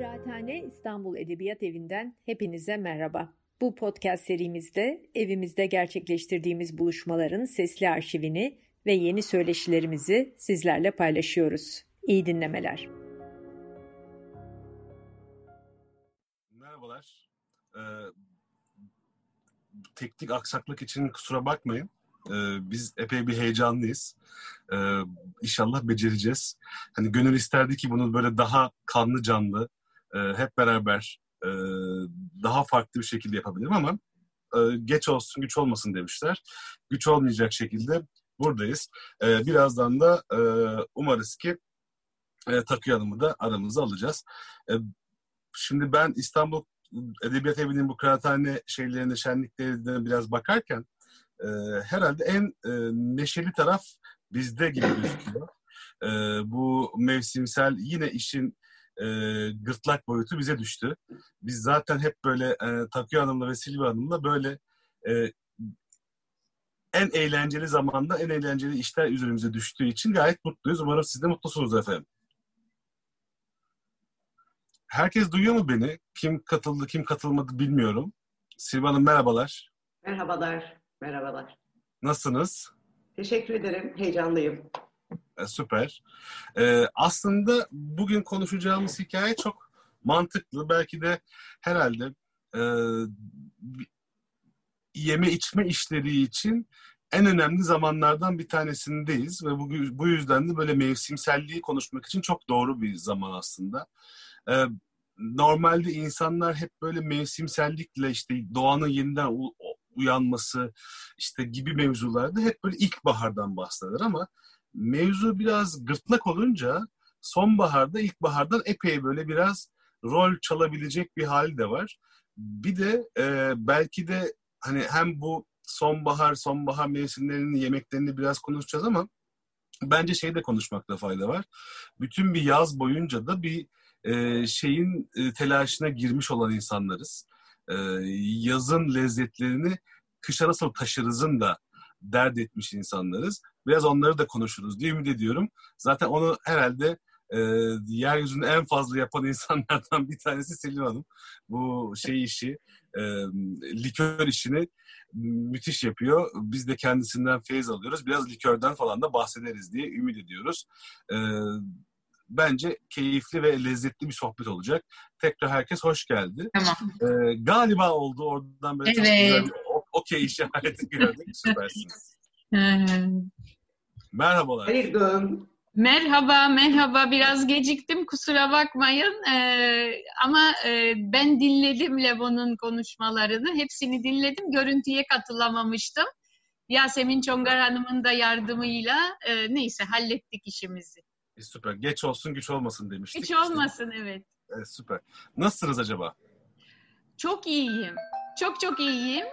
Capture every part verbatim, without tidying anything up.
Kıraathane İstanbul Edebiyat Evi'nden hepinize merhaba. Bu podcast serimizde evimizde gerçekleştirdiğimiz buluşmaların sesli arşivini ve yeni söyleşilerimizi sizlerle paylaşıyoruz. İyi dinlemeler. Merhabalar. Ee, teknik aksaklık için kusura bakmayın. Ee, biz epey bir heyecanlıyız. Ee, İnşallah becereceğiz. Hani gönül isterdi ki bunu böyle daha kanlı canlı, e, hep beraber e, daha farklı bir şekilde yapabilirim ama e, geç olsun güç olmasın demişler. Güç olmayacak şekilde buradayız. E, birazdan da e, umarız ki e, Takı Hanım'ı da aramıza alacağız. E, şimdi ben İstanbul Edebiyat Evi'nin bu kıraathane şeylerine, şenliklerine biraz bakarken e, herhalde en e, neşeli taraf bizde gibi gözüküyor. E, bu mevsimsel yine işin e, gırtlak boyutu bize düştü. Biz zaten hep böyle e, Takı Hanım'la ve Silva Hanım'la böyle e, en eğlenceli zamanda en eğlenceli işler üzerimize düştüğü için gayet mutluyuz. Umarım siz de mutlusunuz efendim. Herkes duyuyor mu beni? Kim katıldı, kim katılmadı bilmiyorum. Silva Hanım merhabalar. Merhabalar, merhabalar. Nasılsınız? Teşekkür ederim, heyecanlıyım. E, süper. E, aslında bugün konuşacağımız hikaye çok mantıklı. Belki de herhalde e, yeme içme işleri için en önemli zamanlardan bir tanesindeyiz. Ve bu, bu yüzden de böyle mevsimselliği konuşmak için çok doğru bir zaman aslında. E, normalde insanlar hep böyle mevsimsellikle işte doğanın yeniden u- uyanması işte gibi mevzularda hep böyle ilkbahardan bahseder ama mevzu biraz gırtlak olunca sonbaharda ilkbahardan epey böyle biraz rol çalabilecek bir hali de var. Bir de e, belki de hani hem bu sonbahar, sonbahar mevsimlerinin yemeklerini biraz konuşacağız ama bence şey de konuşmakta fayda var. Bütün bir yaz boyunca da bir e, şeyin e, telaşına girmiş olan insanlarız. E, yazın lezzetlerini kışa nasıl taşırızın da dert etmiş insanlarız. Biraz onları da konuşuruz diye ümit ediyorum. Zaten onu herhalde e, yeryüzünde en fazla yapan insanlardan bir tanesi Selin Hanım. Bu şey işi, e, likör işini müthiş yapıyor. Biz de kendisinden feyiz alıyoruz. Biraz likörden falan da bahsederiz diye ümit ediyoruz. E, bence keyifli ve lezzetli bir sohbet olacak. Tekrar herkes hoş geldi. Tamam. E, galiba oldu. Oradan böyle evet. çok güzel bir okey işareti gördük. Süpersiniz. Merhabalar. Hayırdır? Merhaba, merhaba. Biraz geciktim, kusura bakmayın. Ee, ama e, ben dinledim Levon'un konuşmalarını. Hepsini dinledim. Görüntüye katılamamıştım. Yasemin Çongar Hanım'ın da yardımıyla e, neyse hallettik işimizi. E, süper. Geç olsun güç olmasın demiştik. Hiç olmasın, işte. Evet. E, süper. Nasılsınız acaba? Çok iyiyim. Çok çok iyiyim.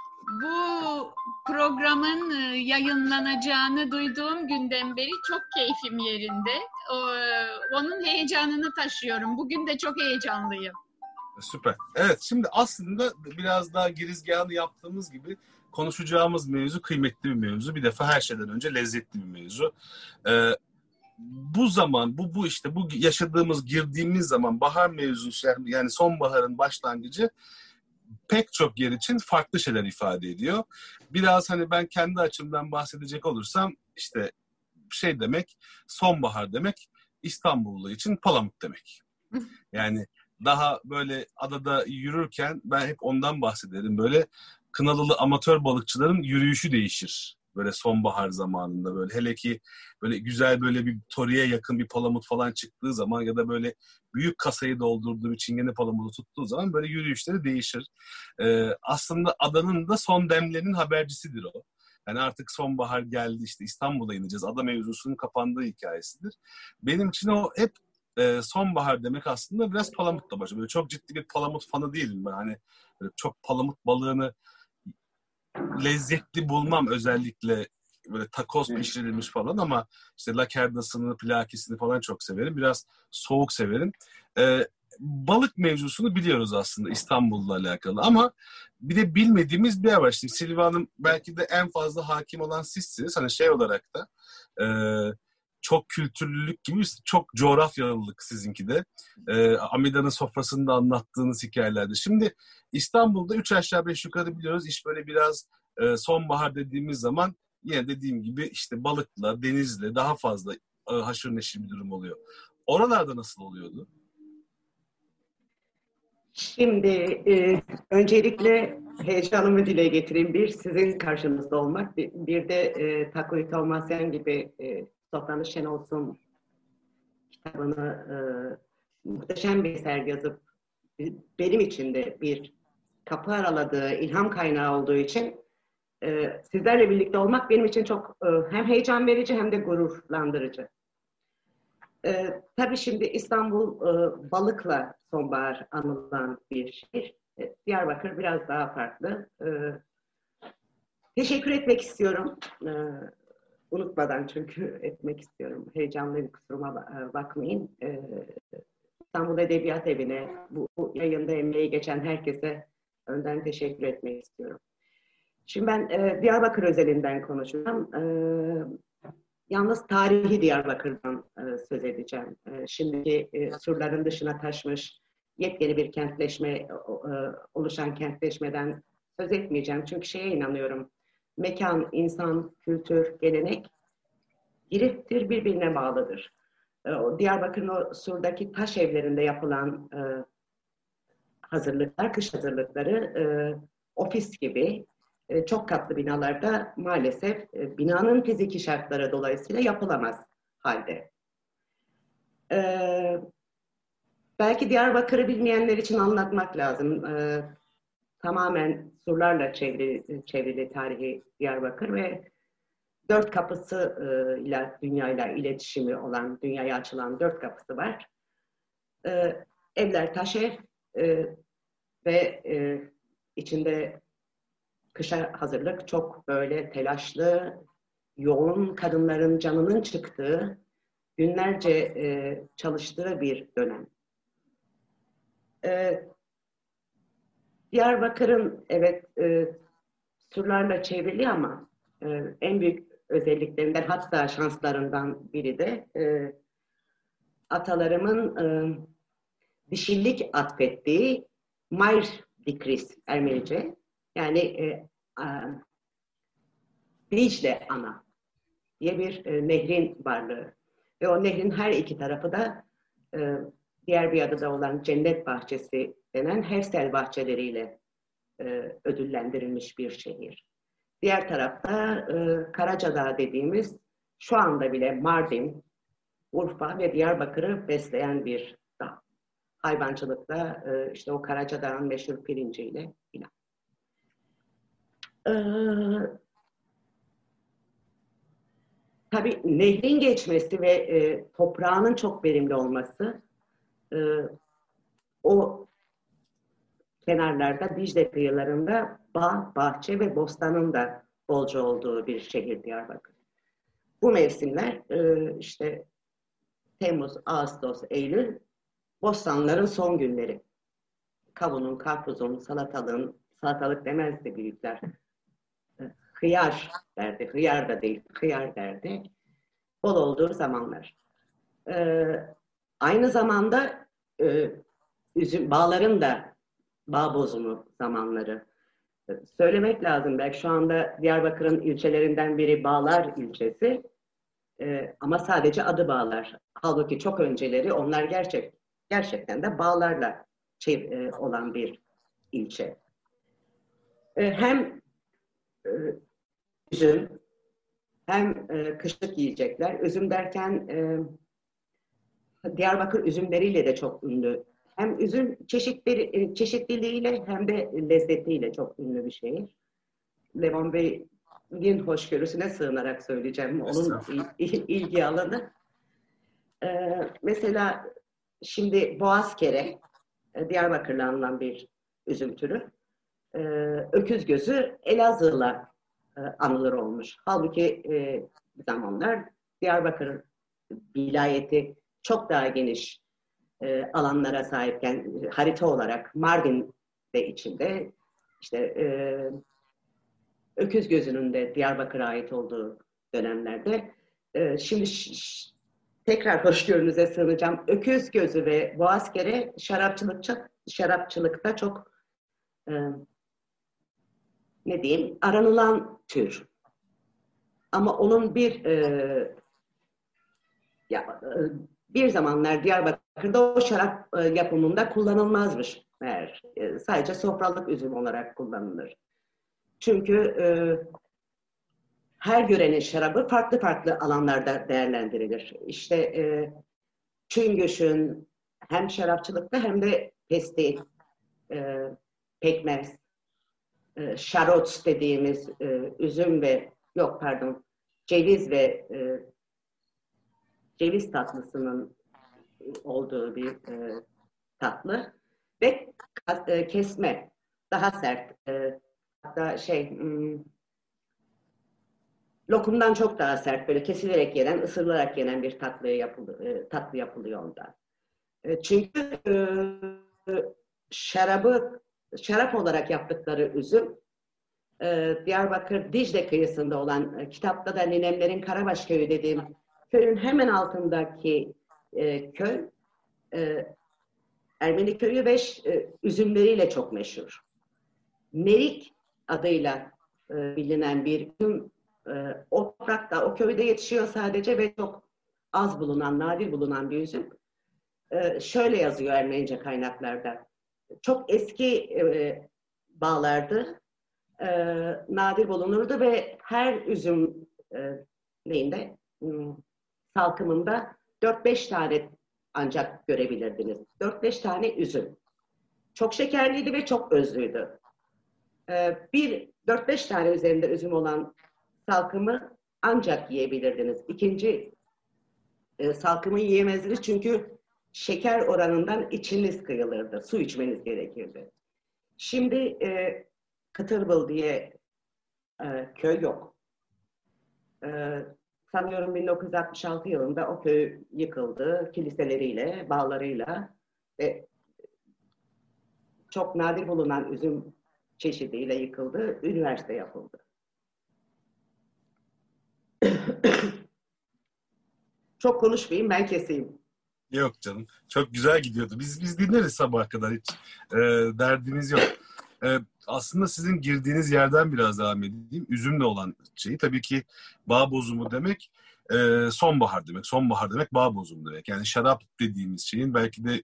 Bu programın yayınlanacağını duyduğum günden beri çok keyfim yerinde. Onun heyecanını taşıyorum. Bugün de çok heyecanlıyım. Süper. Evet, şimdi aslında biraz daha girizgahını yaptığımız gibi konuşacağımız mevzu kıymetli bir mevzu. Bir defa her şeyden önce lezzetli bir mevzu. Ee, bu zaman, bu bu işte bu yaşadığımız, girdiğimiz zaman bahar mevzusu yani sonbaharın başlangıcı pek çok yer için farklı şeyler ifade ediyor. Biraz hani ben kendi açımdan bahsedecek olursam işte şey demek, sonbahar demek İstanbullu için Palamut demek. Yani daha böyle adada yürürken ben hep ondan bahsederim. Böyle Kınalılı amatör balıkçıların yürüyüşü değişir. Böyle sonbahar zamanında böyle hele ki böyle güzel böyle bir toriye yakın bir palamut falan çıktığı zaman ya da böyle büyük kasayı doldurduğu bir çingene palamutu tuttuğu zaman böyle yürüyüşleri değişir. Ee, aslında adanın da son demlerinin habercisidir o. Yani artık sonbahar geldi işte İstanbul'a ineceğiz. Ada mevzusunun kapandığı hikayesidir. Benim için o hep e, sonbahar demek aslında biraz palamutla başlıyor. Böyle çok ciddi bir palamut fanı değilim ben. Hani böyle çok palamut balığını lezzetli bulmam özellikle böyle takoz pişirilmiş falan ama işte lakerdasını, plakisini falan çok severim. Biraz soğuk severim. Ee, balık mevzusunu biliyoruz aslında İstanbul'la alakalı ama bir de bilmediğimiz bir yer var. Şimdi Silva Hanım belki de en fazla hakim olan sizsiniz. Hani şey olarak da e, çok kültürlülük gibi çok coğrafyalılık sizinki de. E, Amida'nın sofrasında anlattığınız hikayelerde. Şimdi İstanbul'da üç aşağı beş yukarı biliyoruz. İş böyle biraz e, sonbahar dediğimiz zaman yine dediğim gibi işte balıkla, denizle daha fazla e, haşır neşir bir durum oluyor. Oralarda nasıl oluyordu? Şimdi e, öncelikle heyecanımı dile getireyim. Bir, sizin karşınızda olmak. Bir, bir de e, Takuya Tomasyan gibi e, Sofranız Şen Olsun kitabını e, muhteşem bir eser yazıp benim için de bir kapı araladığı, ilham kaynağı olduğu için e, sizlerle birlikte olmak benim için çok e, hem heyecan verici hem de gururlandırıcı. Ee, tabii şimdi İstanbul e, balıkla sonbahar anılan bir şehir. E, Diyarbakır biraz daha farklı. E, teşekkür etmek istiyorum. E, unutmadan çünkü etmek istiyorum. Heyecanlıyım, kusuruma bakmayın. E, İstanbul Edebiyat Evi'ne, bu, bu yayında emeği geçen herkese önden teşekkür etmek istiyorum. Şimdi ben e, Diyarbakır özelinden konuşacağım. E, Yalnız tarihi Diyarbakır'dan e, söz edeceğim. E, şimdiki e, surların dışına taşmış yepyeni bir kentleşme, e, oluşan kentleşmeden söz etmeyeceğim. Çünkü şeye inanıyorum. Mekan, insan, kültür, gelenek direktir, birbirine bağlıdır. E, o Diyarbakır'ın o surdaki taş evlerinde yapılan e, hazırlıklar, kış hazırlıkları e, ofis gibi çok katlı binalarda maalesef binanın fiziki şartları dolayısıyla yapılamaz halde. Ee, belki Diyarbakır'ı bilmeyenler için anlatmak lazım. Ee, tamamen surlarla çevrili, çevrili tarihi Diyarbakır ve dört kapısı e, ile dünyayla iletişimi olan, dünyaya açılan dört kapısı var. Ee, evler taş ev e, ve e, içinde kışa hazırlık çok böyle telaşlı, yoğun, kadınların canının çıktığı, günlerce e, çalıştığı bir dönem. E, Diyarbakır'ın evet e, surlarla çevrili ama e, en büyük özelliklerinden, hatta şanslarından biri de e, atalarımın e, dişillik atfettiği Mayr Dikris Ermenice. Yani e, a, Dicle Ana diye bir e, nehrin varlığı. Ve o nehrin her iki tarafı da e, diğer bir adı da olan Cennet Bahçesi denen Hersel bahçeleriyle e, ödüllendirilmiş bir şehir. Diğer tarafta e, Karacadağ dediğimiz şu anda bile Mardin, Urfa ve Diyarbakır'ı besleyen bir dağ. Hayvancılıkta e, işte o Karacadağ'ın meşhur pirinciyle filan. Ee, tabii nehrin geçmesi ve e, toprağının çok verimli olması e, o kenarlarda Dicle kıyılarında bağ, bahçe ve bostanın da bolca olduğu bir şehir Diyarbakır. Bu mevsimler e, işte Temmuz, Ağustos, Eylül bostanların son günleri. Kavunun, karpuzun, salatalığın, salatalık demezdi büyükler. Hıyar derdi, hıyar da değil, hıyar derdi. Bol olduğu zamanlar. Ee, aynı zamanda e, üzüm, bağların da bağ bozumu zamanları. Ee, söylemek lazım belki şu anda Diyarbakır'ın ilçelerinden biri Bağlar ilçesi. Ee, ama sadece adı Bağlar. Halbuki çok önceleri onlar gerçek, gerçekten de bağlarla çev- e, olan bir ilçe. Ee, hem e, üzüm, hem e, kışlık yiyecekler. Üzüm derken e, Diyarbakır üzümleriyle de çok ünlü. Hem üzüm çeşitleri, çeşitliliğiyle hem de lezzetiyle çok ünlü bir şehir. Levon Bey'in hoşgörüsüne sığınarak söyleyeceğim. Onun il, ilgi alanı. E, mesela şimdi Boğazkere, e, Diyarbakır'la alınan bir üzüm türü. E, öküz gözü Elazığ'la anılır olmuş. Halbuki e, zamanlar Diyarbakır vilayeti çok daha geniş e, alanlara sahipken e, harita olarak Mardin de içinde işte e, Öküz Gözü'nün de Diyarbakır'a ait olduğu dönemlerde e, şimdi tekrar hoşgörünüze sığınacağım. Öküz gözü ve boğazkere şarapçılıkta, şarapçılıkta çok e, ne diyeyim aranılan tür. Ama onun bir e, ya, e, bir zamanlar Diyarbakır'da o şarap e, yapımında kullanılmazmış meğer. E, sadece sofralık üzüm olarak kullanılır. Çünkü e, her yörenin şarabı farklı farklı alanlarda değerlendirilir. İşte e, Çüngüş'ün hem şarapçılıkta hem de pestil, e, pekmez, e, şarot dediğimiz e, üzüm ve yok pardon ceviz ve e, ceviz tatlısının olduğu bir e, tatlı ve e, kesme daha sert e, hatta şey hmm, lokumdan çok daha sert böyle kesilerek yenen ısırılarak yenen bir tatlı yapılıyor, e, tatlı yapılıyor ondan. E, çünkü e, şarabı şarap olarak yaptıkları üzüm e, Diyarbakır Dicle kıyısında olan e, kitapta da Ninemlerin Karabaş Köyü dediğim köyün hemen altındaki e, köy e, Ermeni köyü ve e, üzümleriyle çok meşhur. Merik adıyla e, bilinen bir üzüm e, o toprakta, o köyde yetişiyor sadece ve çok az bulunan, nadir bulunan bir üzüm. E, şöyle yazıyor Ermenice kaynaklarda. Çok eski e, bağlardı, e, nadir bulunurdu ve her üzüm e, neyinde, hmm, salkımında dört beş tane ancak görebilirdiniz. dört beş tane üzüm. Çok şekerliydi ve çok özlüydü. Ee, bir dört beş tane üzerinde üzüm olan salkımı ancak yiyebilirdiniz. İkinci e, salkımı yiyemezdiniz çünkü şeker oranından içiniz kıyılırdı. Su içmeniz gerekirdi. Şimdi e, Kıtırbıl diye e, köy yok. E, Sanıyorum bin dokuz yüz altmış altı yılında o köy yıkıldı. Kiliseleriyle, bağlarıyla ve çok nadir bulunan üzüm çeşidiyle yıkıldı. Üniversite yapıldı. Çok konuşmayayım, ben keseyim. Yok canım. Çok güzel gidiyordu. Biz biz dinleriz sabaha kadar. Hiç e, derdimiz yok. E, aslında sizin girdiğiniz yerden biraz devam edeyim. Üzümle olan şeyi tabii ki bağ bozumu demek e, sonbahar demek. Sonbahar demek bağ bozumu demek. Yani şarap dediğimiz şeyin belki de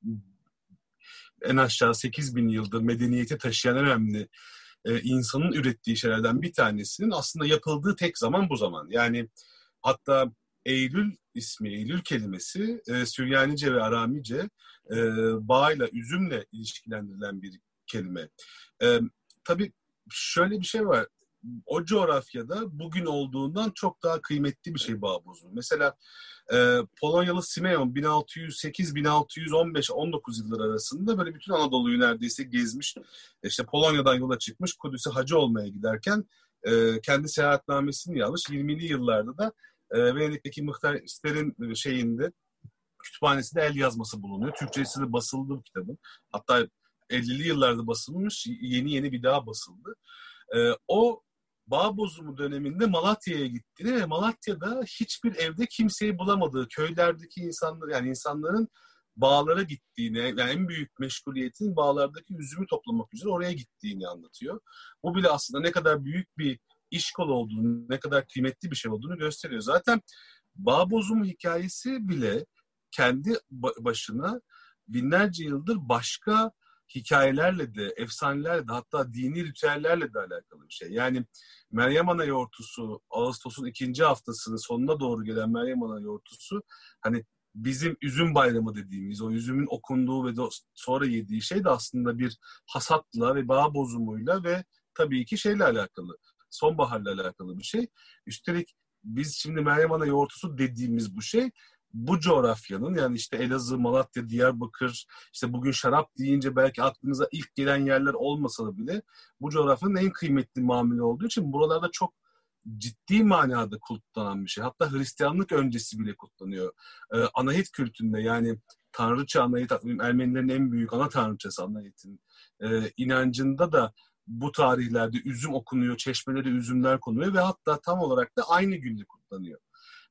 en aşağı sekiz bin yıldır medeniyeti taşıyan en önemli e, insanın ürettiği şeylerden bir tanesinin aslında yapıldığı tek zaman bu zaman. Yani hatta Eylül ismi, Eylül kelimesi e, Süryanice ve Aramice e, bağıyla, üzümle ilişkilendirilen bir kelime. E, tabii şöyle bir şey var. O coğrafyada bugün olduğundan çok daha kıymetli bir şey bağ bozumu. Mesela e, Polonyalı Simeon bin altı yüz sekiz bin altı yüz on beş on dokuz yılları arasında böyle bütün Anadolu'yu neredeyse gezmiş. İşte Polonya'dan yola çıkmış, Kudüs'e hacı olmaya giderken e, kendi seyahatnamesini yazmış. yirmili yıllarda da e, Venedik'teki Mıhtar İster'in şeyinde, kütüphanesinde el yazması bulunuyor. Türkçesi de basıldı bu kitabın. Hatta ellili yıllarda basılmış, yeni yeni bir daha basıldı. E, o bağ bozumu döneminde Malatya'ya gittiğini ve Malatya'da hiçbir evde kimseyi bulamadığı, köylerdeki insanlar, yani insanların bağlara gittiğini, yani en büyük meşguliyetin bağlardaki üzümü toplamak üzere oraya gittiğini anlatıyor. Bu bile aslında ne kadar büyük bir iş kolu olduğunu, ne kadar kıymetli bir şey olduğunu gösteriyor. Zaten bağ bozumu hikayesi bile kendi başına binlerce yıldır başka hikayelerle de, efsanelerle de, hatta dini ritüellerle de alakalı bir şey. Yani Meryem Ana yoğurtusu, Ağustos'un ikinci haftasının sonuna doğru gelen Meryem Ana yoğurtusu, hani bizim üzüm bayramı dediğimiz, o üzümün okunduğu ve sonra yediği şey de aslında bir hasatla ve bağ bozumuyla ve tabii ki şeyle alakalı, sonbaharla alakalı bir şey. Üstelik biz şimdi Meryem Ana yoğurtusu dediğimiz bu şey, bu coğrafyanın, yani işte Elazığ, Malatya, Diyarbakır, işte bugün şarap deyince belki aklınıza ilk gelen yerler olmasa da bile bu coğrafyanın en kıymetli mamülü olduğu için buralarda çok ciddi manada kutlanan bir şey. Hatta Hristiyanlık öncesi bile kutlanıyor. Ee, Anahit kültünde, yani Tanrıça Anahit, Ermenilerin en büyük ana tanrıçası Anahit'in e, inancında da bu tarihlerde üzüm okunuyor, çeşmelere üzümler konuyor ve hatta tam olarak da aynı günde kutlanıyor.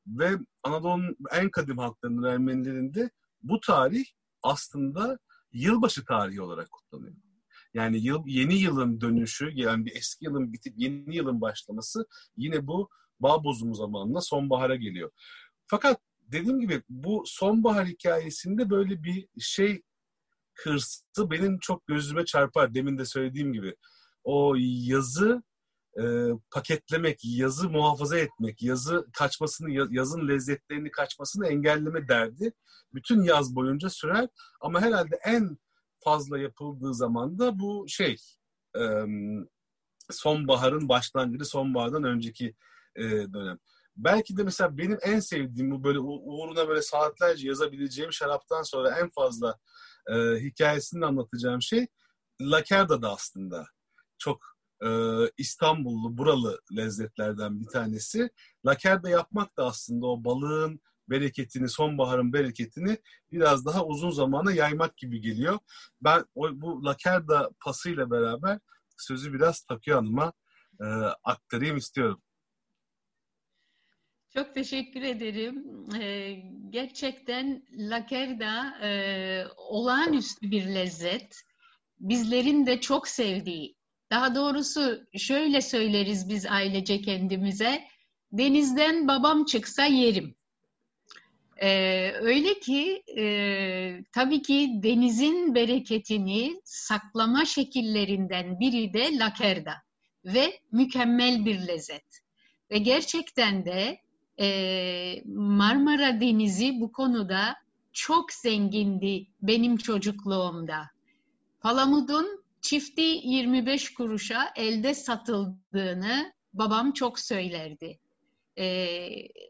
Ve Anadolu'nun en kadim halklarının, Ermenilerinde bu tarih aslında yılbaşı tarihi olarak kutlanıyor. Yani yıl, yeni yılın dönüşü, yani bir eski yılın bitip yeni yılın başlaması yine bu bağ bozumu zamanında sonbahara geliyor. Fakat dediğim gibi bu sonbahar hikayesinde böyle bir şey hırsı benim çok gözüme çarpar. Demin de söylediğim gibi o yazı e, paketlemek, yazı muhafaza etmek, yazı kaçmasını, yazın lezzetlerini kaçmasını engelleme derdi bütün yaz boyunca sürer. Ama herhalde en fazla yapıldığı zaman da bu şey e, sonbaharın başlangıcı, sonbahardan önceki e, dönem. Belki de mesela benim en sevdiğim bu böyle uğruna böyle saatlerce yazabileceğim şaraptan sonra en fazla e, hikayesini anlatacağım şey Lakerda'da aslında. Çok e, İstanbullu, buralı lezzetlerden bir tanesi. Lakerda yapmak da aslında o balığın bereketini, sonbaharın bereketini biraz daha uzun zamana yaymak gibi geliyor. Ben o, bu Lakerda pasıyla beraber sözü biraz Takıyor Hanım'a e, aktarayım istiyorum. Çok teşekkür ederim. Ee, gerçekten Lakerda e, olağanüstü bir lezzet. Bizlerin de çok sevdiği. Daha doğrusu şöyle söyleriz biz ailece kendimize. Denizden babam çıksa yerim. Ee, öyle ki e, tabii ki denizin bereketini saklama şekillerinden biri de Lakerda ve mükemmel bir lezzet. Ve gerçekten de e, Marmara Denizi bu konuda çok zengindi benim çocukluğumda. Palamudun çifti yirmi beş kuruşa elde satıldığını babam çok söylerdi. E,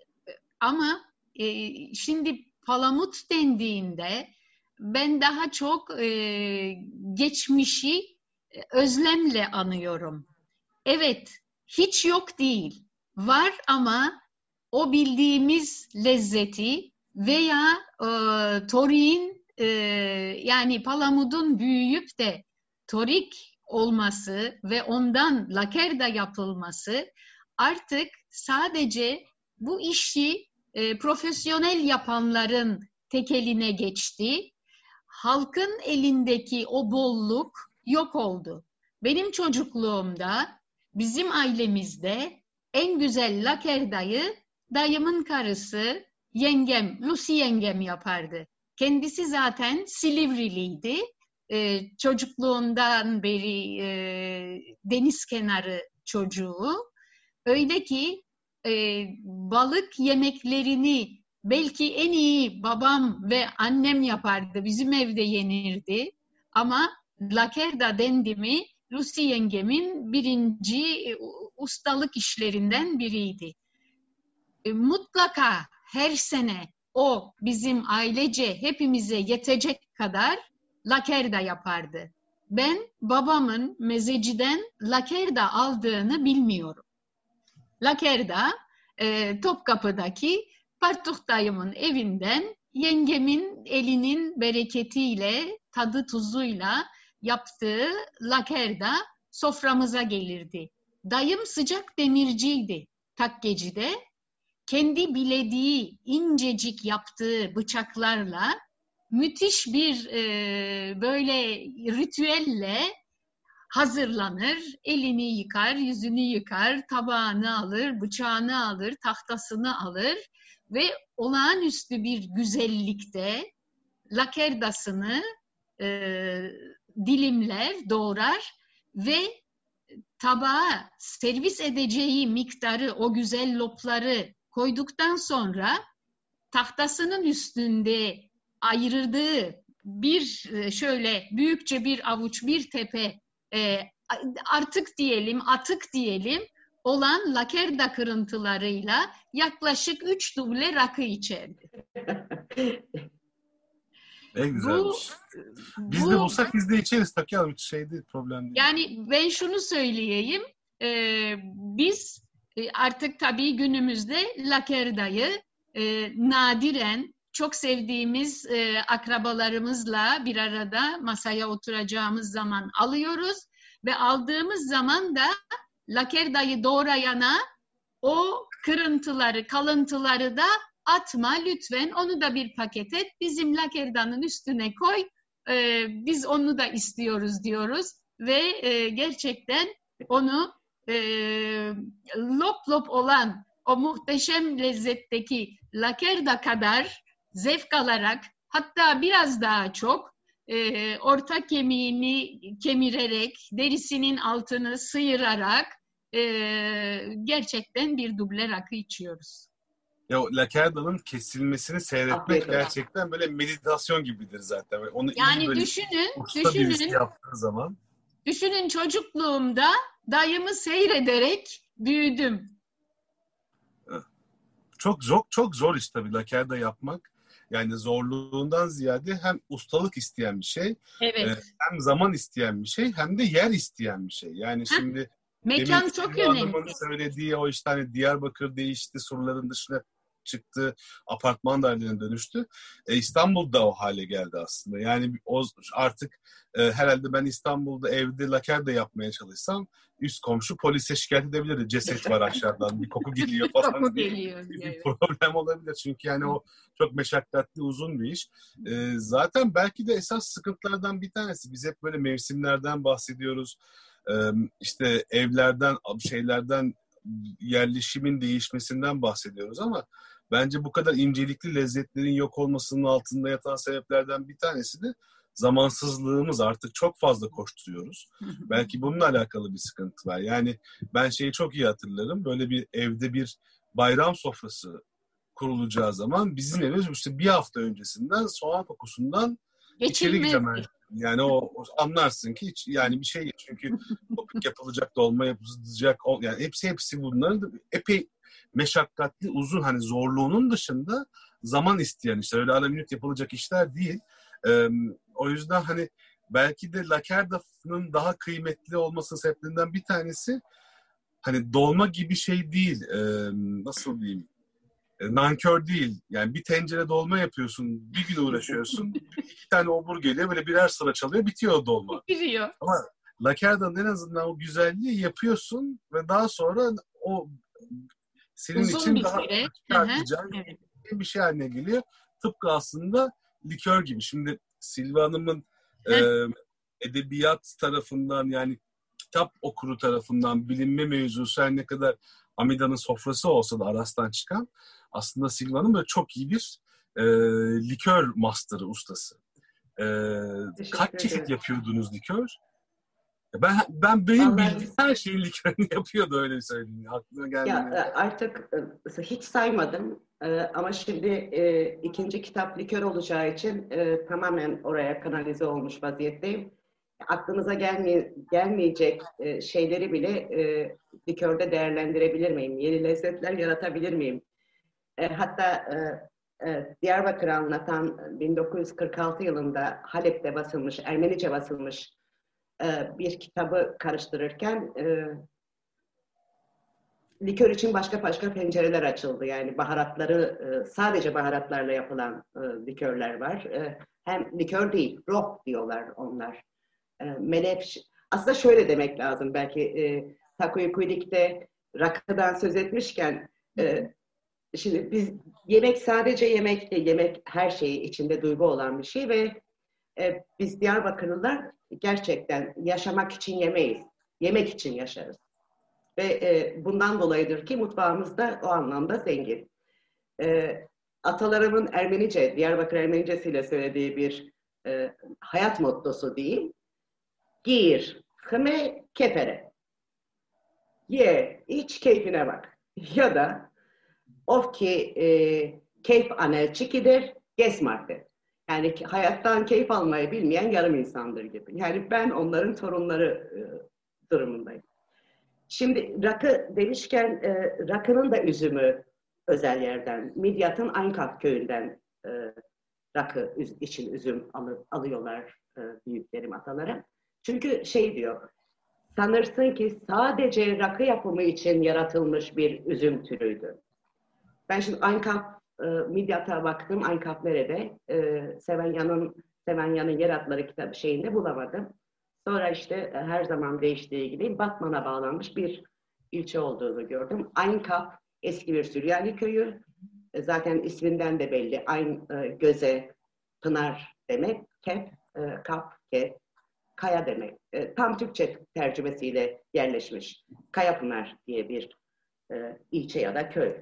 ama e, şimdi palamut dendiğinde ben daha çok e, geçmişi özlemle anıyorum. Evet, hiç yok değil. Var ama o bildiğimiz lezzeti veya e, toriğin e, yani palamudun büyüyüp de torik olması ve ondan lakerda yapılması artık sadece bu işi e, profesyonel yapanların tekeline geçti. Halkın elindeki o bolluk yok oldu. Benim çocukluğumda bizim ailemizde en güzel lakerdayı dayımın karısı yengem, Lucy yengem yapardı. Kendisi zaten Silivriliydi. Ee, çocukluğundan beri e, deniz kenarı çocuğu. Öyle ki e, balık yemeklerini belki en iyi babam ve annem yapardı. Bizim evde yenirdi. Ama lakerda dendi mi Lucy yengemin birinci ustalık işlerinden biriydi. E, mutlaka her sene o bizim ailece hepimize yetecek kadar lakerda yapardı. Ben babamın mezeciden lakerda aldığını bilmiyorum. Lakerda e, Topkapı'daki Partuh dayımın evinden yengemin elinin bereketiyle, tadı tuzuyla yaptığı lakerda soframıza gelirdi. Dayım sıcak demirciydi takkecide. Kendi bilediği incecik yaptığı bıçaklarla müthiş bir e, böyle ritüelle hazırlanır. Elini yıkar, yüzünü yıkar, tabağını alır, bıçağını alır, tahtasını alır ve olağanüstü bir güzellikte lakerdasını e, dilimler, doğrar ve tabağa servis edeceği miktarı, o güzel lopları koyduktan sonra tahtasının üstünde ayırdığı bir şöyle büyükçe bir avuç, bir tepe e, artık diyelim, atık diyelim olan lakerda kırıntılarıyla yaklaşık üç duble rakı içerdi. Ne güzelmiş. Bu, biz bu, de bulsak biz de içeriz Takıyor, hiç şey değil, problem değil. Yani ben şunu söyleyeyim, e, biz e, artık tabii günümüzde lakerdayı e, nadiren çok sevdiğimiz e, akrabalarımızla bir arada masaya oturacağımız zaman alıyoruz ve aldığımız zaman da lakerdayı doğrayana o kırıntıları, kalıntıları da atma lütfen. Onu da bir paket et. Bizim lakerdanın üstüne koy. Ee, biz onu da istiyoruz diyoruz. Ve e, gerçekten onu e, lop lop olan o muhteşem lezzetteki lakerda kadar zevk alarak, hatta biraz daha çok e, orta kemiğini kemirerek, derisinin altını sıyırarak e, gerçekten bir duble rakı içiyoruz. Ya o lakerdanın kesilmesini seyretmek Afiyet olsun. gerçekten böyle meditasyon gibidir zaten. Onu Yani iyi böyle düşünün, usta birisi düşünün, yaptığı zaman. düşünün çocukluğumda dayımı seyrederek büyüdüm. Çok zor, çok zor iş tabii lakerda yapmak. Yani zorluğundan ziyade hem ustalık isteyen bir şey, Evet. hem zaman isteyen bir şey, hem de yer isteyen bir şey. Yani Heh, şimdi mekan demin çok Silva Hanım'ın önemli. söylediği o işte hani Diyarbakır değişti, surların dışına çıktı, apartman dairelerine dönüştü. E, İstanbul'da o hale geldi aslında. Yani o artık e, herhalde ben İstanbul'da evde lakerda yapmaya çalışsam üst komşu polise şikayet edebilir. Ceset var aşağıdan, bir koku geliyor falan. Koku diye. geliyor. Bir Evet. problem olabilir. Çünkü yani o çok meşakkatli, uzun bir iş. E, zaten belki de esas sıkıntılardan bir tanesi. Biz hep böyle mevsimlerden bahsediyoruz. E, işte evlerden, şeylerden, yerleşimin değişmesinden bahsediyoruz ama bence bu kadar incelikli lezzetlerin yok olmasının altında yatan sebeplerden bir tanesi de zamansızlığımız. Artık çok fazla koşturuyoruz. Belki bununla alakalı bir sıkıntı var. Yani ben şeyi çok iyi hatırlarım. Böyle bir evde bir bayram sofrası kurulacağı zaman bizim evimiz işte bir hafta öncesinden soğan kokusundan içeri Geçilmez. gidemez. Yani o, o anlarsın ki hiç, yani bir şey, çünkü topuk yapılacak, dolma yapılacak, yani hepsi hepsi bunların epey meşakkatli, uzun, hani zorluğunun dışında zaman isteyen işler. Öyle ara minut yapılacak işler değil. Ee, o yüzden hani belki de lakerda'nın daha kıymetli olmasının sebeplerinden bir tanesi hani dolma gibi şey değil. Ee, nasıl diyeyim? Nankör değil. Yani bir tencere dolma yapıyorsun, bir gün uğraşıyorsun, iki tane obur geliyor, böyle birer sıra çalıyor, bitiyor o dolma. Bitiriyor. Ama lakerda'nın en azından o güzelliği yapıyorsun ve daha sonra o senin Uzun için bir daha süre. çıkartacağın Evet. bir şey haline geliyor. Tıpkı aslında likör gibi. Şimdi Silva Hanım'ın e, edebiyat tarafından, yani kitap okuru tarafından bilinme mevzusu her ne kadar Amida'nın sofrası olsa da Aras'tan çıkan, aslında Silva Hanım böyle çok iyi bir e, likör master'ı, ustası. E, kaç çeşit ederim. yapıyordunuz likör? Ben ben benim Vallahi bildiğim her şeyin likörünü yapıyordu, öyle söyleyeyim. Aklıma Ya gelmedi. artık e, hiç saymadım. E, ama şimdi e, ikinci kitap likör olacağı için e, tamamen oraya kanalize olmuş vaziyetteyim. Aklınıza gelmeye, gelmeyecek e, şeyleri bile e, likörde değerlendirebilir miyim? Yeni lezzetler yaratabilir miyim? E, hatta e, e, Diyarbakır'ı anlatan bin dokuz yüz kırk altı yılında Halep'te basılmış, Ermenice basılmış e, bir kitabı karıştırırken e, likör için başka başka pencereler açıldı. Yani baharatları, sadece baharatlarla yapılan likörler var. Hem likör değil, roh diyorlar onlar. Menevş, aslında şöyle demek lazım belki, Takoyu Kuilik'te rakıdan söz etmişken, şimdi biz yemek sadece yemek değil, yemek her şeyi içinde duygu olan bir şey ve biz Diyarbakırlılar gerçekten yaşamak için yemeyiz, yemek için yaşarız. Ve e, bundan dolayıdır ki mutfağımız da o anlamda zengin. E, atalarımın Ermenice, Diyarbakır Ermenicesiyle söylediği bir e, hayat mottosu diyeyim. Gir, hıme, kefere. Ye, iç, keyfine bak. Ya da of ki e, keyf anel çikidir, gesmartı. Yani hayattan keyif almayı bilmeyen yarım insandır gibi. Yani ben onların torunları e, durumundayım. Şimdi rakı demişken e, rakının da üzümü özel yerden, Midyat'ın Aynkaf köyünden e, rakı üz, için üzüm al, alıyorlar e, büyüklerim, atalarım. Çünkü şey diyor, sanırsın ki sadece rakı yapımı için yaratılmış bir üzüm türüydü. Ben şimdi Aynkaf, e, Midyat'a baktım, Aynkaf nerede? E, Sevenyan'ın Sevenyan'ın Yer Adları kitabı şeyinde bulamadım. Sonra işte her zaman değiştiği gibi Batman'a bağlanmış bir ilçe olduğunu gördüm. Aynkaf eski bir Süryani köyü. E, zaten isminden de belli. Aynı e, göze, pınar demek. Kep, e, kap, kep, kaya demek. E, tam Türkçe tercümesiyle yerleşmiş. Kayapınar diye bir e, ilçe ya da köy.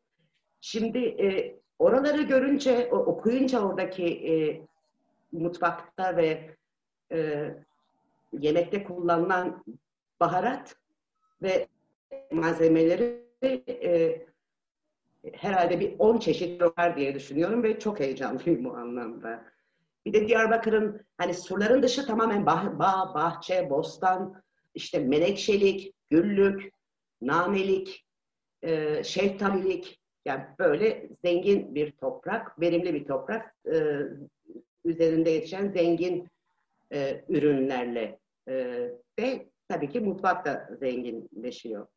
Şimdi e, oraları görünce, o, okuyunca oradaki e, mutfakta ve e, yemekte kullanılan baharat ve malzemeleri e, herhalde bir on çeşit var diye düşünüyorum ve çok heyecanlıyım bu anlamda. Bir de Diyarbakır'ın hani surların dışı tamamen bah, bağ, bahçe, bostan, işte menekşelik, güllük, namelik, e, şeftalilik, yani böyle zengin bir toprak, verimli bir toprak, e, üzerinde yetişen zengin e, ürünlerle e, ve tabii ki mutfak da zenginleşiyor.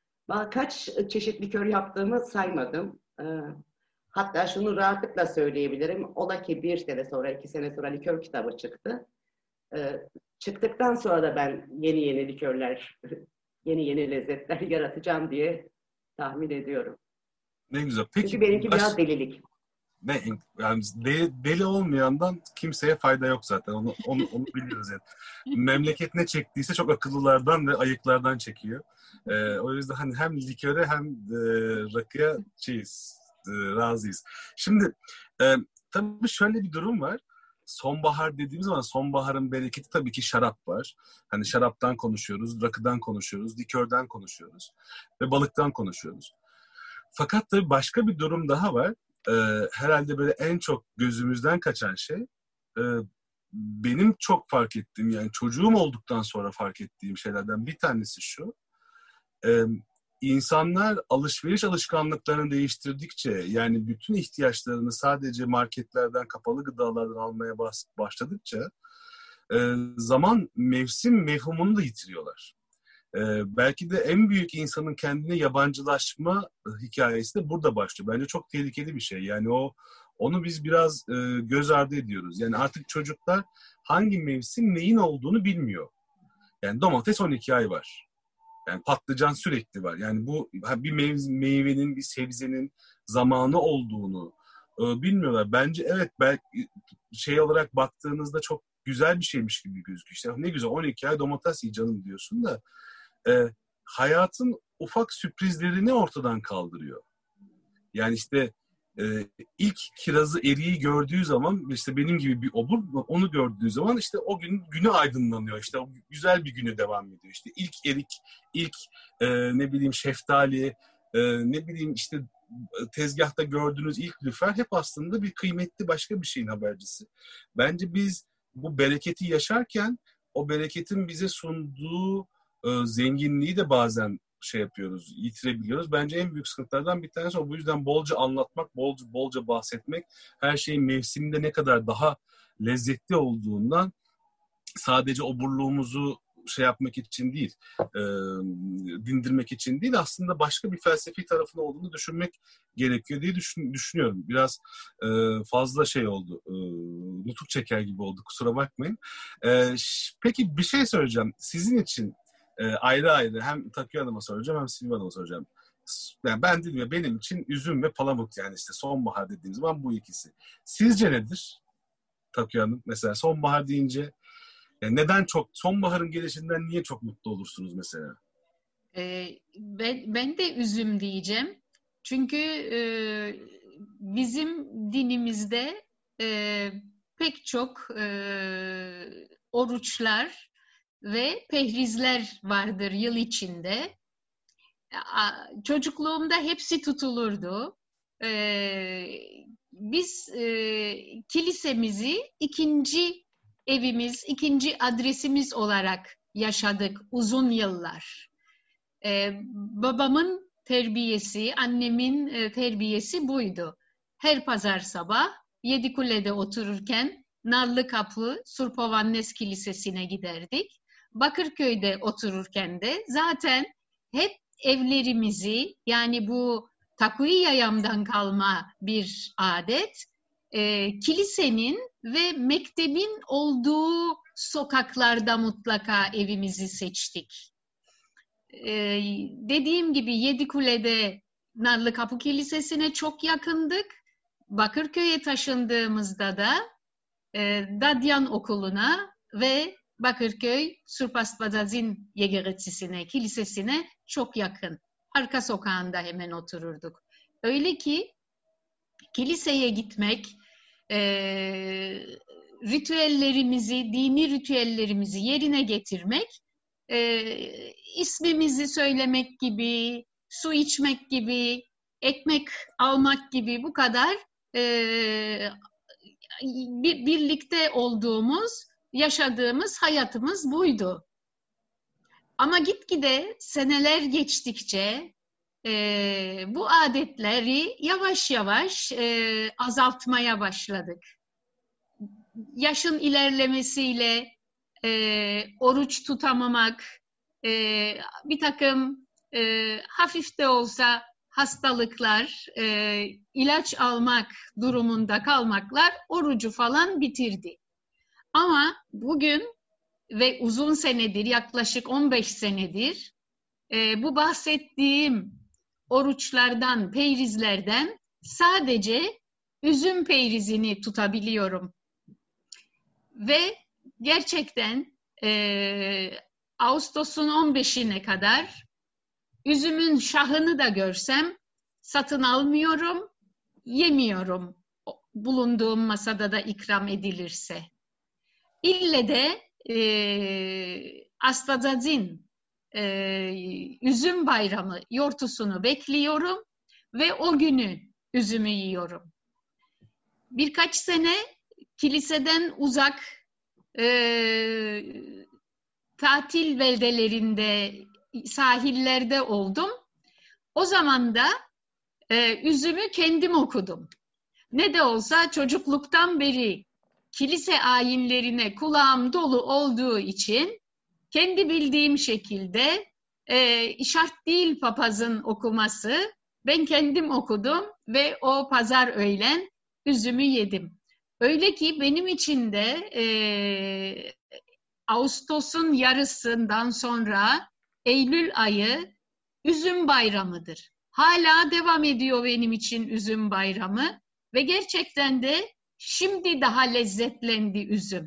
Kaç çeşit likör yaptığımı saymadım. E, hatta şunu rahatlıkla söyleyebilirim. Ola ki bir sene sonra, iki sene sonra likör kitabı çıktı. E, çıktıktan sonra da ben yeni yeni likörler, yeni yeni lezzetler yaratacağım diye tahmin ediyorum. Ne güzel. Peki, çünkü benimki baş... biraz delilik. Ne, yani deli, deli olmayandan kimseye fayda yok zaten. Onu, onu, onu biliyoruz yani. Memleket ne çektiyse çok akıllılardan ve ayıklardan çekiyor. Ee, o yüzden hani hem liköre hem e, rakıya şeyiz, e, razıyız. Şimdi e, tabii şöyle bir durum var. Sonbahar dediğimiz zaman sonbaharın bereketi tabii ki şarap var. Hani şaraptan konuşuyoruz, rakıdan konuşuyoruz, likörden konuşuyoruz ve balıktan konuşuyoruz. Fakat tabii başka bir durum daha var. Ee, herhalde böyle en çok gözümüzden kaçan şey e, benim çok fark ettiğim, yani çocuğum olduktan sonra fark ettiğim şeylerden bir tanesi şu. E, insanlar alışveriş alışkanlıklarını değiştirdikçe, yani bütün ihtiyaçlarını sadece marketlerden, kapalı gıdalardan almaya başladıkça e, zaman mevsim mefhumunu da yitiriyorlar. Ee, belki de en büyük insanın kendine yabancılaşma hikayesi de burada başlıyor. Bence çok tehlikeli bir şey. Yani o onu biz biraz e, göz ardı ediyoruz. Yani artık çocuklar hangi mevsim neyin olduğunu bilmiyor. Yani domates on iki ay var. Yani patlıcan sürekli var. Yani bu bir meyvenin, bir sebzenin zamanı olduğunu e, bilmiyorlar. Bence evet, belki şey olarak baktığınızda çok güzel bir şeymiş gibi gözüküyor. İşte ne güzel, on iki ay domates yiyeceğim diyorsun da E, hayatın ufak sürprizlerini ortadan kaldırıyor. Yani işte e, ilk kirazı, eriği gördüğü zaman, işte benim gibi bir obur onu gördüğü zaman işte o gün günü aydınlanıyor. İşte o güzel bir güne devam ediyor. İşte ilk erik, ilk e, ne bileyim şeftali, e, ne bileyim işte tezgahta gördüğünüz ilk lüfer hep aslında bir kıymetli başka bir şeyin habercisi. Bence biz bu bereketi yaşarken o bereketin bize sunduğu zenginliği de bazen şey yapıyoruz, yitirebiliyoruz. Bence en büyük sıkıntılardan bir tanesi o. Bu yüzden bolca anlatmak, bolca, bolca bahsetmek, her şeyin mevsiminde ne kadar daha lezzetli olduğundan, sadece oburluğumuzu şey yapmak için değil, e, dindirmek için değil, aslında başka bir felsefi tarafında olduğunu düşünmek gerekiyor diye düşün, düşünüyorum. Biraz e, fazla şey oldu, e, nutuk çeker gibi oldu, kusura bakmayın. E, peki bir şey söyleyeceğim. Sizin için E, ayrı ayrı hem Takviye Hanım'a soracağım hem Silva Hanım'a soracağım. Yani ben dedim ya, benim için üzüm ve palamut, yani işte sonbahar dediğim zaman bu ikisi. Sizce nedir Takviye Hanım? Mesela sonbahar deyince yani neden çok, sonbaharın gelişinden niye çok mutlu olursunuz mesela? Ee, ben, ben de üzüm diyeceğim. Çünkü e, bizim dinimizde e, pek çok e, oruçlar ve pehrizler vardır yıl içinde. Çocukluğumda hepsi tutulurdu. Ee, biz e, kilisemizi ikinci evimiz, ikinci adresimiz olarak yaşadık uzun yıllar. Ee, babamın terbiyesi, annemin e, terbiyesi buydu. Her pazar sabah Yedikule'de otururken Narlıkapı Surpovannes Kilisesi'ne giderdik. Bakırköy'de otururken de zaten hep evlerimizi, yani bu Takviye Yayam'dan kalma bir adet, e, kilisenin ve mektebin olduğu sokaklarda mutlaka evimizi seçtik. E, dediğim gibi Yedikule'de Narlıkapı Kilisesi'ne çok yakındık. Bakırköy'e taşındığımızda da e, Dadyan Okulu'na ve Bakırköy Surpaspadazin Yegereçisi'ne, kilisesine çok yakın. Arka sokağında hemen otururduk. Öyle ki kiliseye gitmek, e, ritüellerimizi, dini ritüellerimizi yerine getirmek, e, ismimizi söylemek gibi, su içmek gibi, ekmek almak gibi bu kadar e, bir, birlikte olduğumuz, yaşadığımız hayatımız buydu. Ama gitgide seneler geçtikçe e, bu adetleri yavaş yavaş e, azaltmaya başladık. Yaşın ilerlemesiyle e, oruç tutamamak, e, bir takım e, hafif de olsa hastalıklar, e, ilaç almak durumunda kalmaklar orucu falan bitirdi. Ama bugün ve uzun senedir, yaklaşık on beş senedir e, bu bahsettiğim oruçlardan, peyrizlerden sadece üzüm peyrizini tutabiliyorum. Ve gerçekten e, Ağustos'un on beşine kadar üzümün şahını da görsem satın almıyorum, yemiyorum. Bulunduğum masada da ikram edilirse. İlle de e, Astazazin e, üzüm bayramı yortusunu bekliyorum ve o günü üzümü yiyorum. Birkaç sene kiliseden uzak e, tatil beldelerinde, sahillerde oldum. O zaman da e, üzümü kendim okudum. Ne de olsa çocukluktan beri kilise ayinlerine kulağım dolu olduğu için kendi bildiğim şekilde e, şart değil papazın okuması. Ben kendim okudum ve o pazar öğlen üzümü yedim. Öyle ki benim için de e, Ağustos'un yarısından sonra Eylül ayı üzüm bayramıdır. Hala devam ediyor benim için üzüm bayramı ve gerçekten de şimdi daha lezzetlendi üzüm.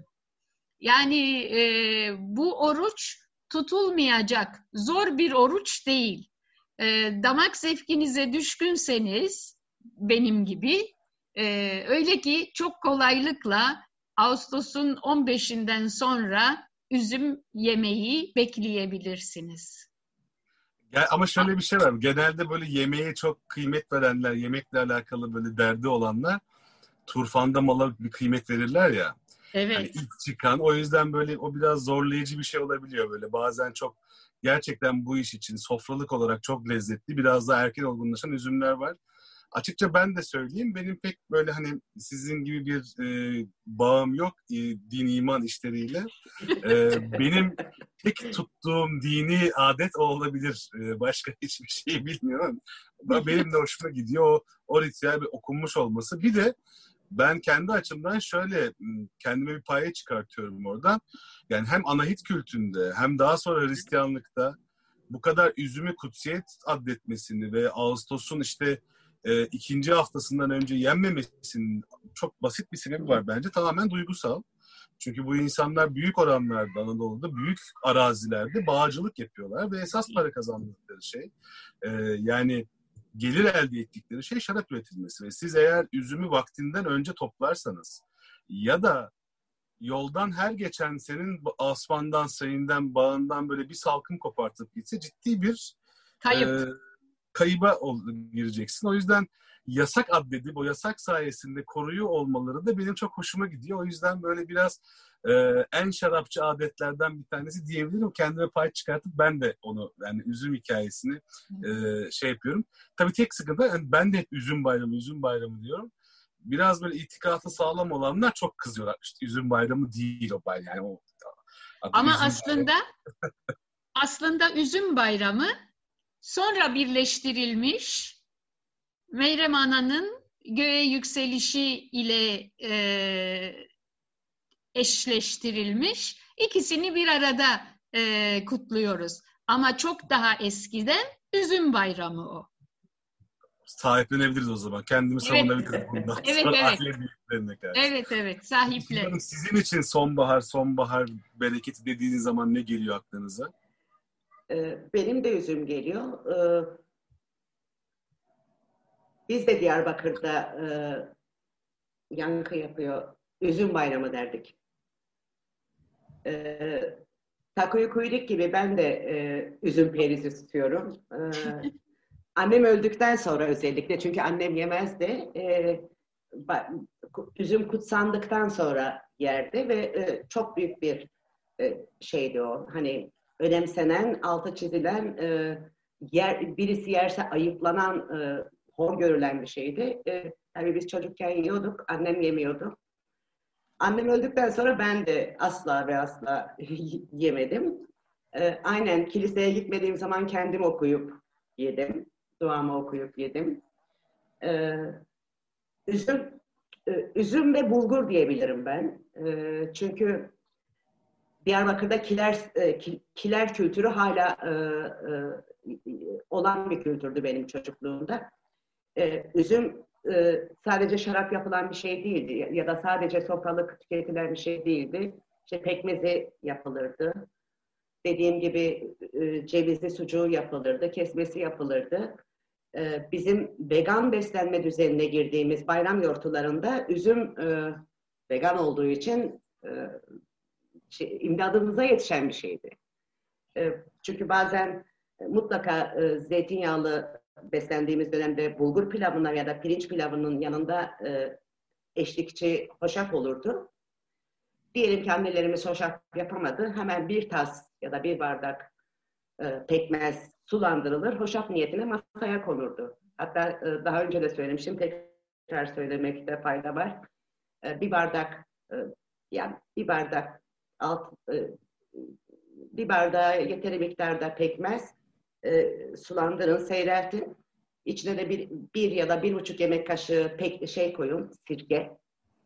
Yani e, bu oruç tutulmayacak zor bir oruç değil. E, damak zevkinize düşkünseniz benim gibi e, öyle ki çok kolaylıkla Ağustos'un on beşinden sonra üzüm yemeği bekleyebilirsiniz. Ya ama şöyle bir şey var. Genelde böyle yemeğe çok kıymet verenler, yemekle alakalı böyle derdi olanlar turfanda mala bir kıymet verirler ya. Evet. Yani ilk çıkan. O yüzden böyle o biraz zorlayıcı bir şey olabiliyor böyle. Bazen çok gerçekten bu iş için sofralık olarak çok lezzetli, biraz daha erken olgunlaşan üzümler var. Açıkça ben de söyleyeyim, benim pek böyle hani sizin gibi bir e, bağım yok e, din iman işleriyle. E, benim tek tuttuğum dini adet o olabilir. E, başka hiçbir şey bilmiyorum. Benim de hoşuma gidiyor o, o ritüel bir okunmuş olması. Bir de ben kendi açımdan şöyle kendime bir paye çıkartıyorum oradan. Yani hem Anahit kültünde hem daha sonra Hristiyanlıkta bu kadar üzümü kutsiyet addetmesini ve Ağustos'un işte e, ikinci haftasından önce yenmemesinin çok basit bir sebebi var bence. Tamamen duygusal. Çünkü bu insanlar büyük oranlarda Anadolu'da, büyük arazilerde bağcılık yapıyorlar ve esas para kazandıkları şey e, yani gelir elde ettikleri şey şarap üretilmesi. Ve siz eğer üzümü vaktinden önce toplarsanız ya da yoldan her geçen senin asmandan, sayından, bağından böyle bir salkım kopartıp gitse ciddi bir kayıp. E, kayıba gireceksin. O yüzden yasak addedip o yasak sayesinde koruyor olmaları da benim çok hoşuma gidiyor. O yüzden böyle biraz e, en şarapçı adetlerden bir tanesi diyebilirim. Kendime pay çıkartıp ben de onu yani üzüm hikayesini e, şey yapıyorum. Tabii tek sıkıntı yani ben de hep üzüm bayramı, üzüm bayramı diyorum. Biraz böyle itikatı sağlam olanlar çok kızıyorlar. İşte üzüm bayramı değil o bayram. Yani o, ama aslında aslında üzüm bayramı sonra birleştirilmiş Meyrem Ana'nın göğe yükselişi ile e, eşleştirilmiş. İkisini bir arada e, kutluyoruz. Ama çok daha eskiden üzüm bayramı o. Sahiplenebiliriz o zaman. Kendimi Evet. savunabiliriz bundan Evet, sonra evet. aile büyüklerine karşı. Evet, evet. Sahiple. Hanım, sizin için sonbahar, sonbahar bereketi dediğiniz zaman ne geliyor aklınıza? Ee, benim de üzüm geliyor. Ee, biz de Diyarbakır'da e, yankı yapıyor. Üzüm bayramı derdik. Ee, Takoyu Kuyruk gibi ben de e, üzüm perisi tutuyorum. Ee, annem öldükten sonra özellikle, çünkü annem yemezdi. E, ba- üzüm kutsandıktan sonra yerdi ve e, çok büyük bir e, şeydi o. Hani önemsenen, altı çizilen, e, yer, birisi yerse ayıplanan, e, hor görülen bir şeydi. E, tabii biz çocukken yiyorduk, annem yemiyordu. Annem öldükten sonra ben de asla ve asla yemedim. E, aynen kiliseye gitmediğim zaman kendim okuyup yedim. Duamı okuyup yedim. E, üzüm, e, üzüm ve bulgur diyebilirim ben. E, çünkü Diyarbakır'da kiler, e, kiler kültürü hala e, e, olan bir kültürdü benim çocukluğumda. E, üzüm e, sadece şarap yapılan bir şey değildi ya da sadece sofralık tüketilen bir şey değildi. İşte pekmezi yapılırdı. Dediğim gibi e, cevizli sucuğu yapılırdı, kesmesi yapılırdı. E, bizim vegan beslenme düzenine girdiğimiz bayram yortularında üzüm e, vegan olduğu için e, şey, imdadımıza yetişen bir şeydi. E, çünkü bazen e, mutlaka e, zeytinyağlı beslendiğimiz dönemde bulgur pilavına ya da pirinç pilavının yanında e, eşlikçi hoşaf olurdu. Diyelim ki annelerimiz hoşaf yapamadı. Hemen bir tas ya da bir bardak e, pekmez sulandırılır. Hoşaf niyetine masaya konurdu. Hatta e, daha önce de söylemiştim. Tekrar söylemekte fayda var. E, bir bardak e, yani bir bardak alt e, bir bardağa yeteri miktarda pekmez e, sulandırın, seyreltin. İçine de bir, bir ya da bir buçuk yemek kaşığı pek şey koyun, sirke.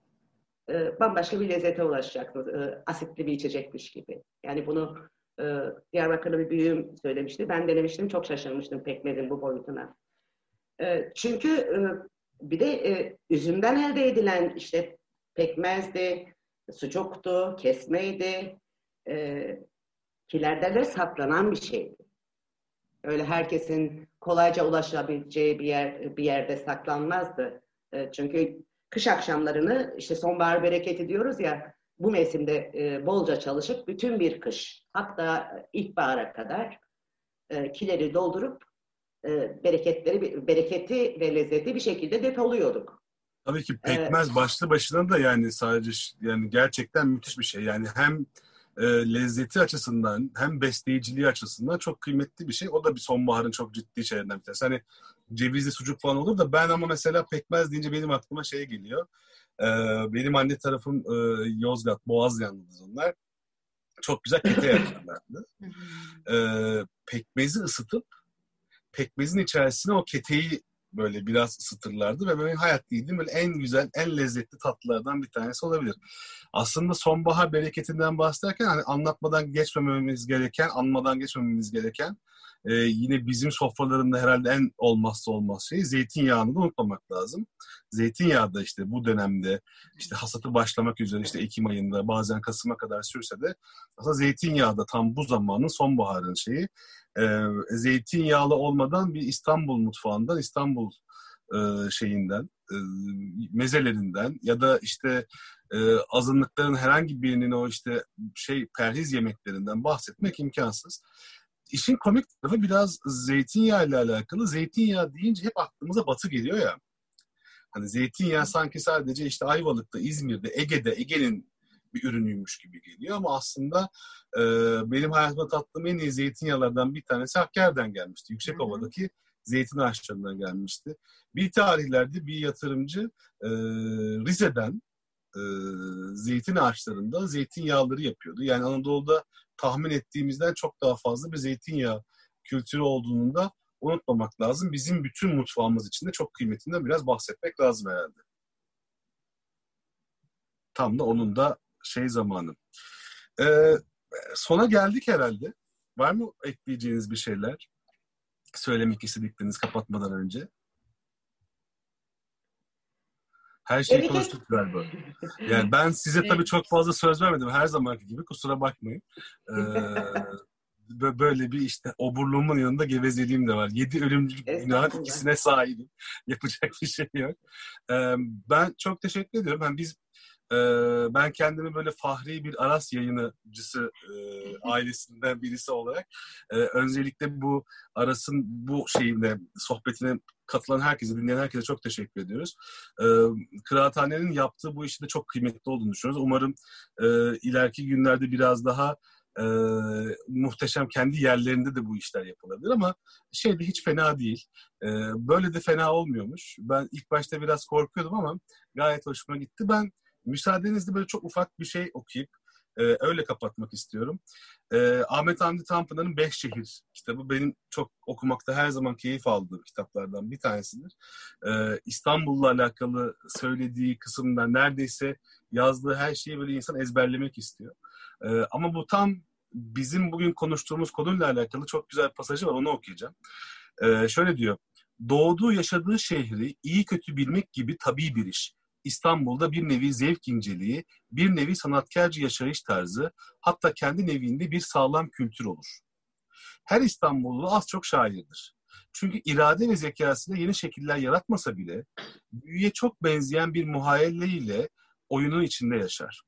E, bambaşka bir lezzete ulaşacaksınız. E, asitli bir içecekmiş gibi. Yani bunu e, Diyarbakırlı bir büyüğüm söylemişti. Ben denemiştim, çok şaşırmıştım pekmezin bu boyutuna. E, çünkü e, bir de e, üzümden elde edilen işte pekmezdi, sucuktu, kesmeydi, e, kilerdeler saklanan bir şeydi. Öyle herkesin kolayca ulaşabileceği bir yer bir yerde saklanmazdı. E, çünkü kış akşamlarını işte sonbahar bereketi diyoruz ya, bu mevsimde e, bolca çalışıp bütün bir kış, hatta ilkbahara kadar e, kileri doldurup e, bereketleri bereketi ve lezzeti bir şekilde depoluyorduk. Tabii ki pekmez ee, başlı başına da yani sadece yani gerçekten müthiş bir şey. Yani hem e, lezzeti açısından hem besleyiciliği açısından çok kıymetli bir şey. O da bir sonbaharın çok ciddi şeylerinden bir tanesi. Hani cevizli sucuk falan olur da ben ama mesela pekmez deyince benim aklıma şey geliyor. Ee, benim anne tarafım e, Yozgat, Boğazyanlıdır onlar. Çok güzel kete yaparlardı. ee, pekmezi ısıtıp pekmezin içerisine o keteyi böyle biraz ısıtırlardı ve böyle hayat yediğim böyle en güzel, en lezzetli tatlılardan bir tanesi olabilir. Aslında sonbahar bereketinden bahsederken hani anlatmadan geçmememiz gereken, anmadan geçmememiz gereken e, yine bizim sofralarında herhalde en olmazsa olmaz şey zeytinyağını da unutmamak lazım. Zeytinyağı da işte bu dönemde işte hasatı başlamak üzere işte Ekim ayında bazen Kasım'a kadar sürse de aslında zeytinyağı da tam bu zamanın sonbaharın şeyi. E, zeytinyağlı olmadan bir İstanbul mutfağından, İstanbul e, şeyinden, e, mezelerinden ya da işte e, azınlıkların herhangi birinin o işte şey perhiz yemeklerinden bahsetmek imkansız. İşin komik tarafı biraz zeytinyağı ile alakalı. Zeytinyağı deyince hep aklımıza Batı geliyor ya. Hani zeytinyağı sanki sadece işte Ayvalık'ta, İzmir'de, Ege'de, Ege'nin bir ürünüymüş gibi geliyor ama aslında e, benim hayatıma tattığım en iyi zeytinyağlardan bir tanesi Hakkari'den gelmişti. Yüksekova'daki zeytin ağaçlarından gelmişti. Bir tarihlerde bir yatırımcı e, Rize'den e, zeytin ağaçlarında zeytinyağları yapıyordu. Yani Anadolu'da tahmin ettiğimizden çok daha fazla bir zeytinyağı kültürü olduğunu da unutmamak lazım. Bizim bütün mutfağımız içinde çok kıymetinden biraz bahsetmek lazım herhalde. Tam da onun da şey zamanı. Ee, sona geldik herhalde. Var mı ekleyeceğiniz bir şeyler? Söylemek istedikleriniz kapatmadan önce. Her şeyi Bereket. konuştuk galiba. Yani ben size tabii çok fazla söz vermedim her zamanki gibi, kusura bakmayın. Ee, böyle bir işte oburluğumun yanında gevezeliğim de var. Yedi ölümcül günahın ikisine sahibim. Yapacak bir şey yok. Ee, ben çok teşekkür ediyorum. Yani biz e, ben kendimi böyle fahri bir Aras yayıncısı e, ailesinden birisi olarak e, öncelikle bu Aras'ın bu şeyinde sohbetine katılan herkese, dinleyen herkese çok teşekkür ediyoruz. Ee, Kıraathane'nin yaptığı bu işi de çok kıymetli olduğunu düşünüyoruz. Umarım e, ileriki günlerde biraz daha e, muhteşem kendi yerlerinde de bu işler yapılabilir ama şey de hiç fena değil. E, böyle de fena olmuyormuş. Ben ilk başta biraz korkuyordum ama gayet hoşuma gitti. Ben müsaadenizle böyle çok ufak bir şey okuyup e, öyle kapatmak istiyorum. E, Ahmet Hamdi Tanpınar'ın Beş Şehir kitabı benim çok okumakta her zaman keyif aldığım kitaplardan bir tanesidir. E, İstanbul'la alakalı söylediği kısımdan neredeyse yazdığı her şeyi böyle insan ezberlemek istiyor. E, ama bu tam bizim bugün konuştuğumuz konuyla alakalı çok güzel bir pasajı var, onu okuyacağım. E, şöyle diyor: doğduğu yaşadığı şehri iyi kötü bilmek gibi tabii bir iş. İstanbul'da bir nevi zevk inceliği, bir nevi sanatkarcı yaşayış tarzı, hatta kendi neviinde bir sağlam kültür olur. Her İstanbullu az çok şairdir. Çünkü irade ve zekasıyla yeni şekiller yaratmasa bile büyüye çok benzeyen bir muhayyeleyle oyunun içinde yaşar.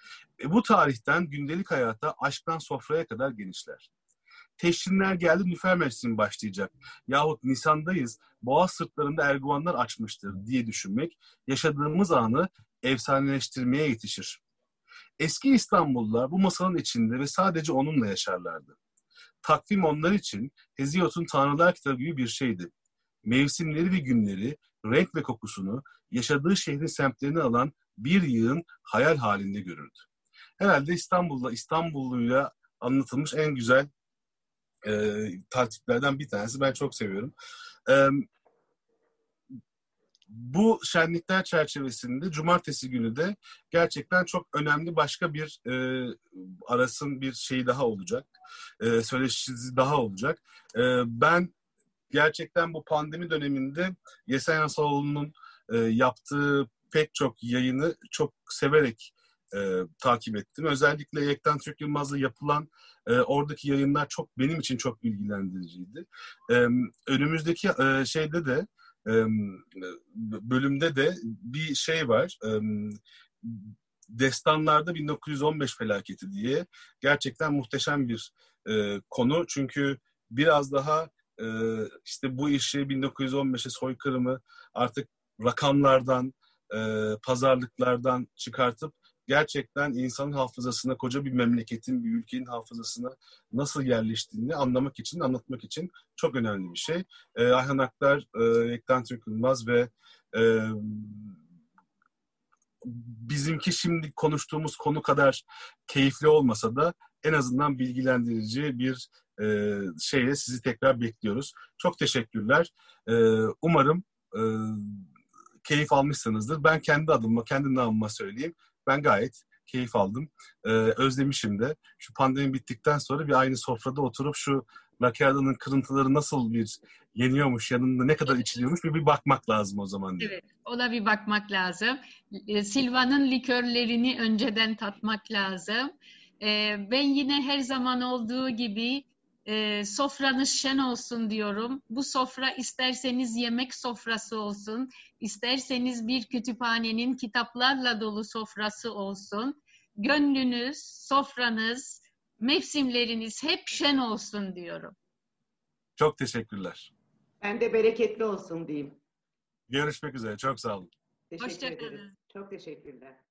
E bu tarihten gündelik hayata, aşktan sofraya kadar genişler. Teşrinler geldi, nüfer mevsimi başlayacak. Yahut Nisan'dayız, boğaz sırtlarında erguvanlar açmıştır diye düşünmek, yaşadığımız anı efsaneleştirmeye yetişir. Eski İstanbullular bu masanın içinde ve sadece onunla yaşarlardı. Takvim onlar için Hesiod'un Tanrılar kitabı gibi bir şeydi. Mevsimleri ve günleri, renk ve kokusunu yaşadığı şehrin semtlerini alan bir yığın hayal halinde görürdü. Herhalde İstanbul'da, İstanbulluyla anlatılmış en güzel e, tartiplerden bir tanesi. Ben çok seviyorum. E, bu şenlikler çerçevesinde cumartesi günü de gerçekten çok önemli başka bir e, Aras'ın bir şeyi daha olacak. E, söyleşisi daha olacak. E, ben gerçekten bu pandemi döneminde Yesen Yansaloğlu'nun e, yaptığı pek çok yayını çok severek e, takip ettim. Özellikle Yektan Türk Yılmaz'la yapılan e, oradaki yayınlar çok benim için çok bilgilendiriciydi. E, önümüzdeki e, şeyde de e, bölümde de bir şey var. E, Destanlarda bin dokuz yüz on beş felaketi diye gerçekten muhteşem bir e, konu. Çünkü biraz daha e, işte bu işi bin dokuz yüz on beşe soykırımı artık rakamlardan, e, pazarlıklardan çıkartıp gerçekten insanın hafızasına, koca bir memleketin, bir ülkenin hafızasına nasıl yerleştiğini anlamak için, anlatmak için çok önemli bir şey. E, Ayhan Aktar, e, Yektan Türk Yılmaz ve e, bizimki şimdi konuştuğumuz konu kadar keyifli olmasa da en azından bilgilendirici bir e, şeyle sizi tekrar bekliyoruz. Çok teşekkürler. E, umarım e, keyif almışsınızdır. Ben kendi adıma, kendi namıma söyleyeyim. Ben gayet keyif aldım. Ee, özlemişim de. Şu pandemi bittikten sonra bir aynı sofrada oturup şu lakarda'nın kırıntıları nasıl bir yeniyormuş, yanında ne kadar içiliyormuş bir, bir bakmak lazım o zaman diye. Evet, ona bir bakmak lazım. Silva'nın likörlerini önceden tatmak lazım. Ee, ben yine her zaman olduğu gibi e, sofranız şen olsun diyorum. Bu sofra isterseniz yemek sofrası olsun, isterseniz bir kütüphanenin kitaplarla dolu sofrası olsun. Gönlünüz, sofranız, mevsimleriniz hep şen olsun diyorum. Çok teşekkürler. Ben de bereketli olsun diyeyim. Görüşmek üzere. Çok sağ olun. Teşekkür Hoşça ederim. kalın. Çok teşekkürler.